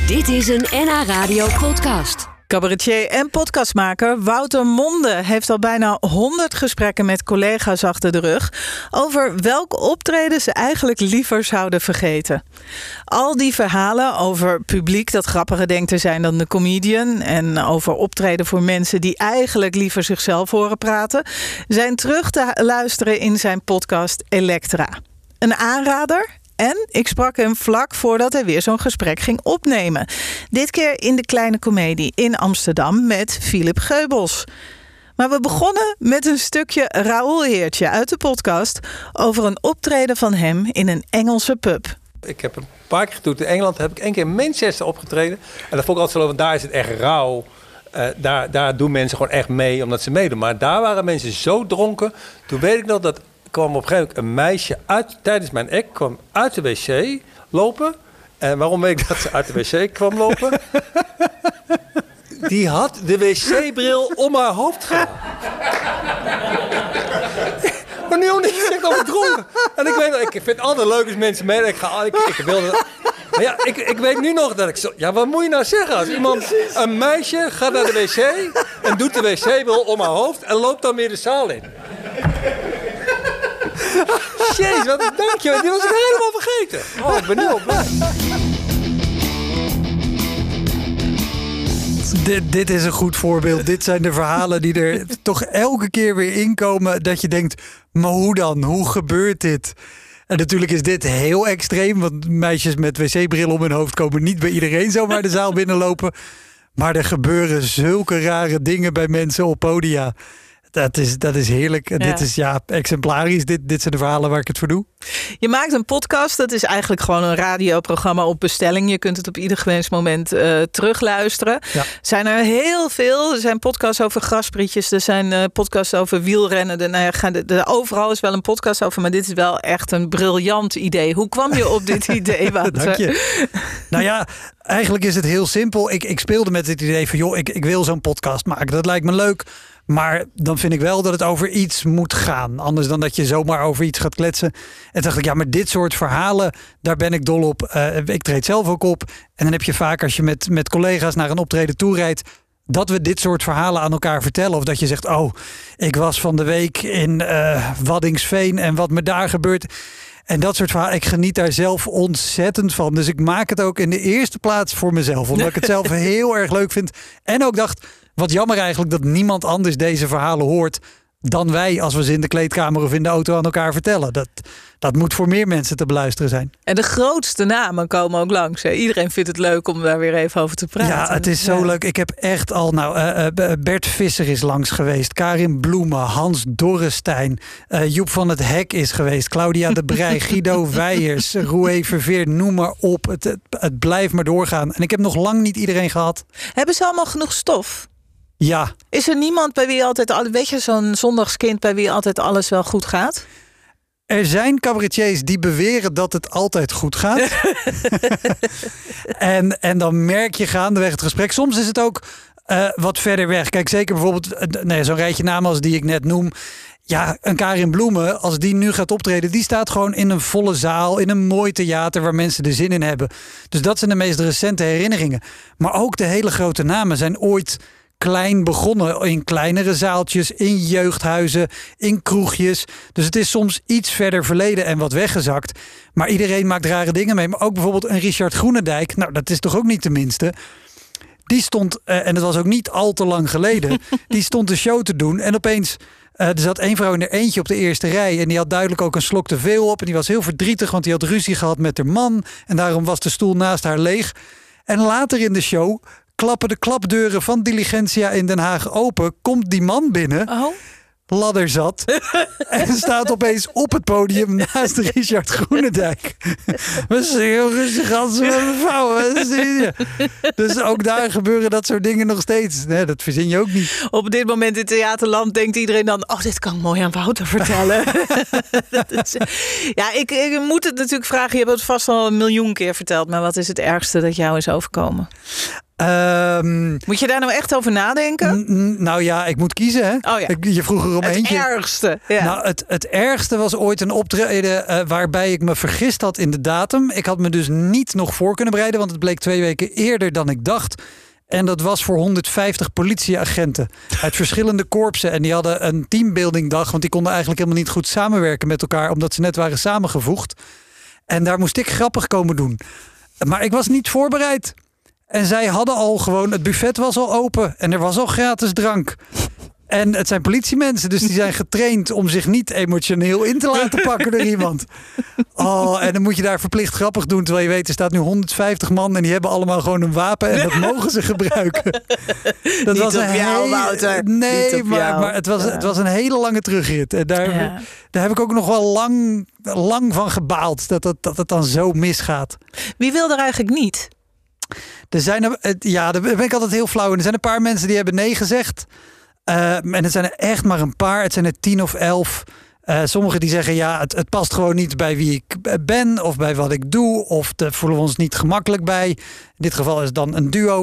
Dit is een NH Radio podcast. Cabaretier en podcastmaker Wouter Monde heeft al bijna 100 gesprekken met collega's achter de rug over welke optreden ze eigenlijk liever zouden vergeten. Al die verhalen over publiek dat grappiger denkt te zijn dan de comedian en over optreden voor mensen die eigenlijk liever zichzelf horen praten, zijn terug te luisteren in zijn podcast Elektra. Een aanrader? En ik sprak hem vlak voordat hij weer zo'n gesprek ging opnemen. Dit keer in de Kleine Comedie in Amsterdam met Philip Geubels. Maar we begonnen met een stukje Raoul Heertje uit de podcast over een optreden van hem in een Engelse pub. Ik heb een paar keer getoet. In Engeland heb ik 1 keer in Manchester opgetreden. En dat vond ik altijd zo, want daar is het echt rauw. Daar doen mensen gewoon echt mee omdat ze meedoen. Maar daar waren mensen zo dronken. Toen weet ik nog dat kwam op een gegeven moment een meisje tijdens mijn act kwam uit de wc lopen. En waarom weet ik dat ze uit de wc kwam lopen? Die had de wc-bril om haar hoofd gehad. Maar nu omdat je zegt over dronken. En ik vind het altijd leuk als mensen mee. Ik wilde. Maar ja, ik weet nu nog dat ik zo. Ja, wat moet je nou zeggen als een meisje gaat naar de wc en doet de wc-bril om haar hoofd en loopt dan weer de zaal in. Jezus, dank je. Die was ik helemaal vergeten. Oh, ik ben nu al blij. Dit is een goed voorbeeld. Dit zijn de verhalen die er toch elke keer weer inkomen. Dat je denkt, maar hoe dan? Hoe gebeurt dit? En natuurlijk is dit heel extreem. Want meisjes met wc-bril om hun hoofd komen niet bij iedereen zomaar de zaal binnenlopen. Maar er gebeuren zulke rare dingen bij mensen op podia. Dat is heerlijk. Ja. Dit is exemplarisch. Dit zijn de verhalen waar ik het voor doe. Je maakt een podcast. Dat is eigenlijk gewoon een radioprogramma op bestelling. Je kunt het op ieder gewenst moment terugluisteren. Ja. Zijn er heel veel. Er zijn podcasts over grasprietjes. Er zijn podcasts over wielrennen. Overal is wel een podcast over. Maar dit is wel echt een briljant idee. Hoe kwam je op dit idee, Wouter? Dank je. Nou ja, eigenlijk is het heel simpel. Ik speelde met het idee van, joh, ik wil zo'n podcast maken. Dat lijkt me leuk. Maar dan vind ik wel dat het over iets moet gaan. Anders dan dat je zomaar over iets gaat kletsen. En dacht ik, ja, maar dit soort verhalen, daar ben ik dol op. Ik treed zelf ook op. En dan heb je vaak, als je met collega's naar een optreden toe rijdt, dat we dit soort verhalen aan elkaar vertellen. Of dat je zegt, oh, ik was van de week in Waddinxveen en wat me daar gebeurt. En dat soort verhalen, ik geniet daar zelf ontzettend van. Dus ik maak het ook in de eerste plaats voor mezelf. Omdat ik het zelf heel erg leuk vind. En ook dacht, wat jammer eigenlijk dat niemand anders deze verhalen hoort dan wij als we ze in de kleedkamer of in de auto aan elkaar vertellen. Dat moet voor meer mensen te beluisteren zijn. En de grootste namen komen ook langs. Hè? Iedereen vindt het leuk om daar weer even over te praten. Ja, het is zo leuk. Ik heb echt al... Bert Visser is langs geweest. Karin Bloemen, Hans Dorrestein. Joep van het Hek is geweest. Claudia de Breij, Guido Weijers, Roué Verveer, noem maar op. Het blijft maar doorgaan. En ik heb nog lang niet iedereen gehad. Hebben ze allemaal genoeg stof? Ja. Is er niemand bij wie altijd, weet je, zo'n zondagskind bij wie altijd alles wel goed gaat? Er zijn cabaretiers die beweren dat het altijd goed gaat. en dan merk je gaandeweg het gesprek. Soms is het ook wat verder weg. Kijk, zeker bijvoorbeeld zo'n rijtje namen als die ik net noem. Ja, een Karin Bloemen, als die nu gaat optreden, die staat gewoon in een volle zaal, in een mooi theater waar mensen er zin in hebben. Dus dat zijn de meest recente herinneringen. Maar ook de hele grote namen zijn ooit klein begonnen, in kleinere zaaltjes, in jeugdhuizen, in kroegjes. Dus het is soms iets verder verleden en wat weggezakt. Maar iedereen maakt rare dingen mee. Maar ook bijvoorbeeld een Richard Groenendijk, nou dat is toch ook niet de minste. Die stond, en dat was ook niet al te lang geleden, die stond de show te doen en opeens er zat één vrouw in er eentje op de eerste rij en die had duidelijk ook een slok te veel op en die was heel verdrietig, want die had ruzie gehad met haar man en daarom was de stoel naast haar leeg. En later in de show klappen de klapdeuren van Diligentia in Den Haag open. Komt die man binnen, ladderzat, en staat opeens op het podium naast Richard Groenendijk. We zijn heel rustig als mevrouw. Dus ook daar gebeuren dat soort dingen nog steeds. Nee, dat verzin je ook niet. Op dit moment in Theaterland denkt iedereen dan, oh, dit kan ik mooi aan Wouter vertellen. Ja, ik moet het natuurlijk vragen. Je hebt het vast al 1 miljoen keer verteld. Maar wat is het ergste dat jou is overkomen? Moet je daar nou echt over nadenken? Nou ja, ik moet kiezen. Hè? Oh ja. Je vroeg er om eentje. Het ergste. Ja. Nou, het ergste was ooit een optreden waarbij ik me vergist had in de datum. Ik had me dus niet nog voor kunnen bereiden, want het bleek 2 weken eerder dan ik dacht. En dat was voor 150 politieagenten uit verschillende korpsen. En die hadden een teambuildingdag, want die konden eigenlijk helemaal niet goed samenwerken met elkaar, omdat ze net waren samengevoegd. En daar moest ik grappig komen doen. Maar ik was niet voorbereid. En zij hadden al gewoon, het buffet was al open en er was al gratis drank. En het zijn politiemensen, dus die zijn getraind om zich niet emotioneel in te laten pakken door iemand. Oh, en dan moet je daar verplicht grappig doen, terwijl je weet, er staat nu 150 man en die hebben allemaal gewoon een wapen en dat mogen ze gebruiken. Dat niet was op jou, Wouter. Nee, maar het was een hele lange terugrit. En daar heb ik ook nog wel lang van gebaald, dat het dan zo misgaat. Wie wil er eigenlijk niet? Daar ben ik altijd heel flauw. En er zijn een paar mensen die hebben nee gezegd. En het zijn er echt maar een paar. Het zijn er 10 of 11. Sommigen die zeggen, ja, het past gewoon niet bij wie ik ben of bij wat ik doe. Of voelen we ons niet gemakkelijk bij. In dit geval is het dan een duo.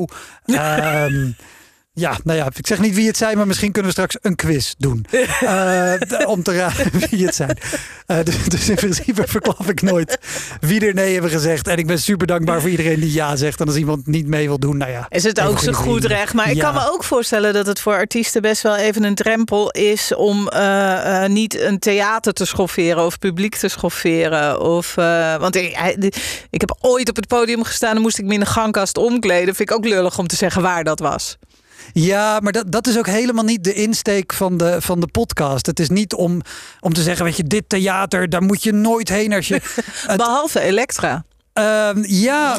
Ja, nou ja, ik zeg niet wie het zijn, maar misschien kunnen we straks een quiz doen. Om te raden wie het zijn. Dus in principe verklap ik nooit wie er nee hebben gezegd. En ik ben super dankbaar voor iedereen die ja zegt. En als iemand niet mee wil doen, nou ja. Is het ook zo goed recht. Maar ik kan me ook voorstellen dat het voor artiesten best wel even een drempel is om niet een theater te schofferen of publiek te schofferen. Want ik heb ooit op het podium gestaan en moest ik me in de gangkast omkleden. Vind ik ook lullig om te zeggen waar dat was. Ja, maar dat is ook helemaal niet de insteek van de podcast. Het is niet om te zeggen, weet je, dit theater, daar moet je nooit heen als je... Behalve Elektra. Nou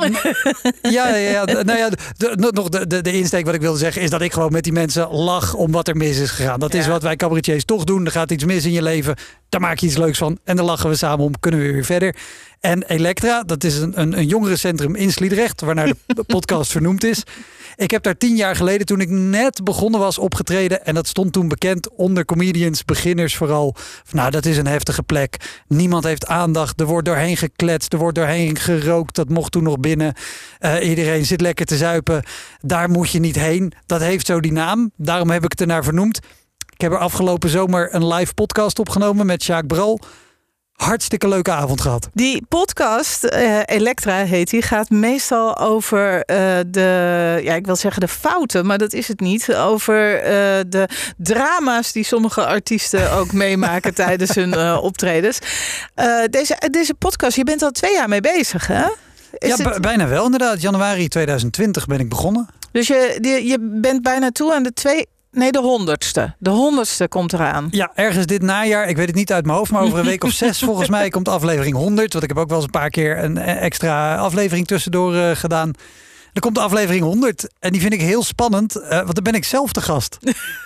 ja, de insteek wat ik wilde zeggen is dat ik gewoon met die mensen lach om wat er mis is gegaan. Dat is wat wij cabaretiers toch doen. Er gaat iets mis in je leven. Daar maak je iets leuks van. En dan lachen we samen om. Kunnen we weer verder. En Elektra, dat is een jongerencentrum in Sliedrecht, waarnaar de podcast vernoemd is. Ik heb daar 10 jaar geleden, toen ik net begonnen was, opgetreden. En dat stond toen bekend onder comedians, beginners vooral. Nou, dat is een heftige plek. Niemand heeft aandacht. Er wordt doorheen gekletst. Er wordt doorheen gerookt. Dat mocht toen nog binnen. Iedereen zit lekker te zuipen. Daar moet je niet heen. Dat heeft zo die naam. Daarom heb ik het ernaar vernoemd. Ik heb er afgelopen zomer een live podcast opgenomen met Sjaak Bral. Hartstikke leuke avond gehad. Die podcast, Elektra heet die, gaat meestal over ik wil zeggen de fouten, maar dat is het niet. Over de drama's die sommige artiesten ook meemaken tijdens hun optredens. Deze podcast, je bent al 2 jaar mee bezig, hè? Bijna wel inderdaad. Januari 2020 ben ik begonnen. Dus je bent bijna toe aan de 100ste. De 100ste komt eraan. Ja, ergens dit najaar. Ik weet het niet uit mijn hoofd, maar over een week of 6 volgens mij komt aflevering 100. Want ik heb ook wel eens een paar keer een extra aflevering tussendoor gedaan. Dan komt de aflevering 100 en die vind ik heel spannend, want dan ben ik zelf de gast.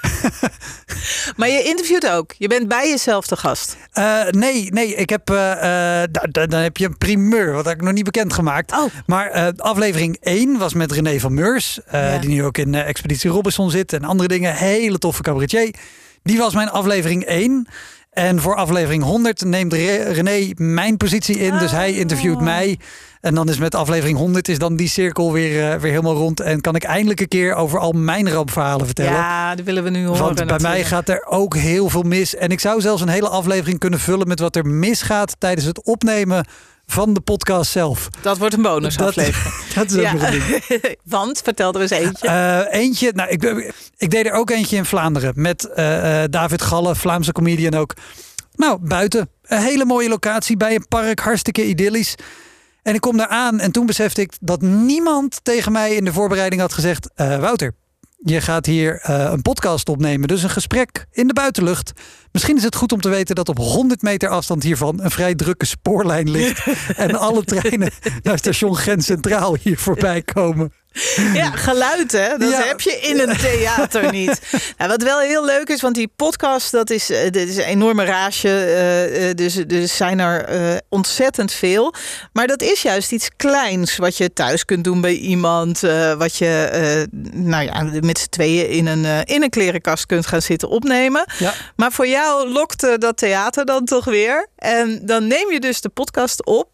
Maar je interviewt ook. Je bent bij jezelf de gast. Nee. Ik heb, dan heb je een primeur, wat heb ik nog niet bekendgemaakt. Oh. Maar aflevering 1 was met René van Meurs, die nu ook in Expeditie Robinson zit en andere dingen. Hele toffe cabaretier. Die was mijn aflevering 1. En voor aflevering 100 neemt René mijn positie in. Dus hij interviewt mij. En dan is met aflevering 100 is dan die cirkel weer helemaal rond. En kan ik eindelijk een keer over al mijn rampverhalen vertellen. Ja, dat willen we nu horen. Want bij mij gaat er ook heel veel mis. En ik zou zelfs een hele aflevering kunnen vullen met wat er misgaat tijdens het opnemen van de podcast zelf. Dat wordt een bonusaflevering. Dat is ook nog een ding. Want, vertel er eens eentje. Eentje, nou, ik deed er ook eentje in Vlaanderen. Met David Galle, Vlaamse comedian ook. Nou, buiten. Een hele mooie locatie bij een park. Hartstikke idyllisch. En ik kom daar aan en toen besefte ik dat niemand tegen mij in de voorbereiding had gezegd... Wouter, je gaat hier een podcast opnemen. Dus een gesprek in de buitenlucht. Misschien is het goed om te weten dat op 100 meter afstand hiervan een vrij drukke spoorlijn ligt. En alle treinen naar station Gent Centraal hier voorbij komen. Ja, geluid hè, dat heb je in een theater niet. Nou, wat wel heel leuk is, want die podcast, dit is een enorme raasje. Dus zijn er ontzettend veel. Maar dat is juist iets kleins wat je thuis kunt doen bij iemand. Wat je met z'n tweeën in een klerenkast kunt gaan zitten opnemen. Ja. Maar voor jou lokte dat theater dan toch weer. En dan neem je dus de podcast op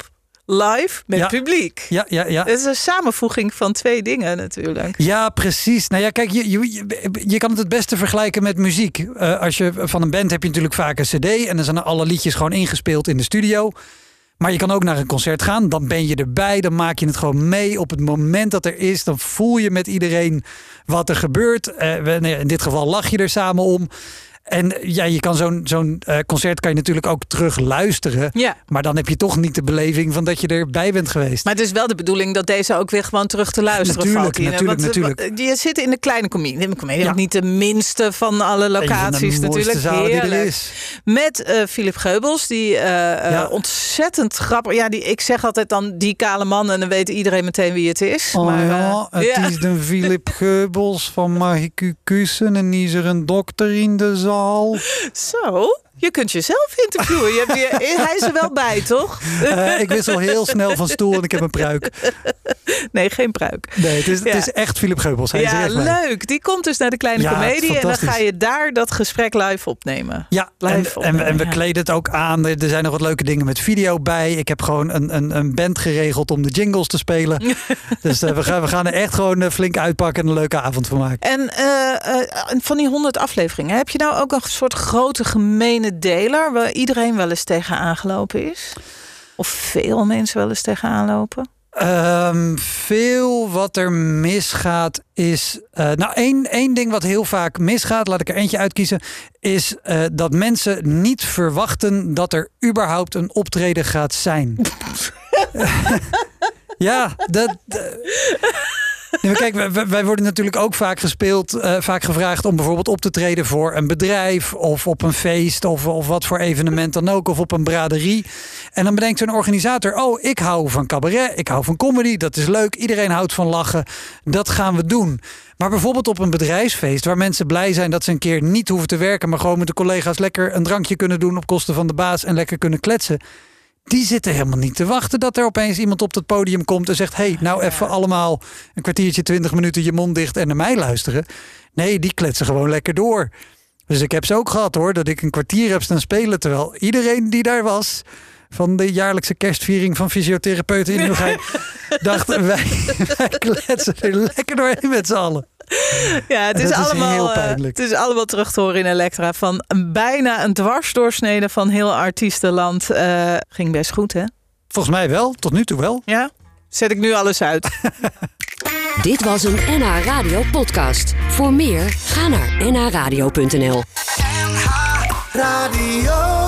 live met publiek. Ja. Het is een samenvoeging van 2 dingen natuurlijk. Ja, precies. Nou ja, kijk, je kan het beste vergelijken met muziek. Als je van een band heb je natuurlijk vaak een cd en dan zijn alle liedjes gewoon ingespeeld in de studio. Maar je kan ook naar een concert gaan. Dan ben je erbij. Dan maak je het gewoon mee op het moment dat er is. Dan voel je met iedereen wat er gebeurt. In dit geval lach je er samen om. En ja, je kan zo'n concert kan je natuurlijk ook terug luisteren. Ja. Maar dan heb je toch niet de beleving van dat je erbij bent geweest. Maar het is wel de bedoeling dat deze ook weer gewoon terug te luisteren valt. Natuurlijk. Je zit in de kleine comedie. Ook niet de minste van alle locaties natuurlijk. Heerlijk. Met Philip Geubels, die ontzettend grappig. Ja, ik zeg altijd dan die kale man en dan weet iedereen meteen wie het is. Het is de Philip Geubels van Mag ik u kussen en is er een dokter in de zaal. Zo, je kunt jezelf interviewen. Hij is er wel bij, toch? Ik wissel heel snel van stoel en ik heb een pruik. Nee, geen pruik. Nee, het is echt Philip Geubels. Hij is er echt leuk. Die komt dus naar de Kleine Comedie en dan ga je daar dat gesprek live opnemen. Ja, en we kleden het ook aan. Er zijn nog wat leuke dingen met video bij. Ik heb gewoon een band geregeld om de jingles te spelen. Dus we gaan er echt gewoon flink uitpakken en een leuke avond van maken. En van die 100 afleveringen, heb je nou ook een soort grote gemene deler waar iedereen wel eens tegen aangelopen is? Of veel mensen wel eens tegen aanlopen? Veel wat er misgaat is... één ding wat heel vaak misgaat, laat ik er eentje uitkiezen, is dat mensen niet verwachten dat er überhaupt een optreden gaat zijn. Ja, Nee, maar kijk, wij worden natuurlijk ook vaak gevraagd om bijvoorbeeld op te treden voor een bedrijf of op een feest of wat voor evenement dan ook, of op een braderie. En dan bedenkt zo'n organisator, ik hou van cabaret, ik hou van comedy, dat is leuk, iedereen houdt van lachen, dat gaan we doen. Maar bijvoorbeeld op een bedrijfsfeest waar mensen blij zijn dat ze een keer niet hoeven te werken, maar gewoon met de collega's lekker een drankje kunnen doen op kosten van de baas en lekker kunnen kletsen. Die zitten helemaal niet te wachten dat er opeens iemand op het podium komt en zegt, even allemaal een kwartiertje, 20 minuten je mond dicht en naar mij luisteren. Nee, die kletsen gewoon lekker door. Dus ik heb ze ook gehad hoor, dat ik een kwartier heb staan spelen, terwijl iedereen die daar was, van de jaarlijkse kerstviering van fysiotherapeuten in Nieuwegein, dachten wij kletsen er lekker doorheen met z'n allen. Ja, het is allemaal heel pijnlijk. Het is allemaal terug te horen in Elektra. Van bijna een dwarsdoorsnede van heel artiestenland. Ging best goed, hè? Volgens mij wel, tot nu toe wel. Ja, zet ik nu alles uit. Dit was een NH Radio podcast. Voor meer, ga naar nhradio.nl. NH Radio.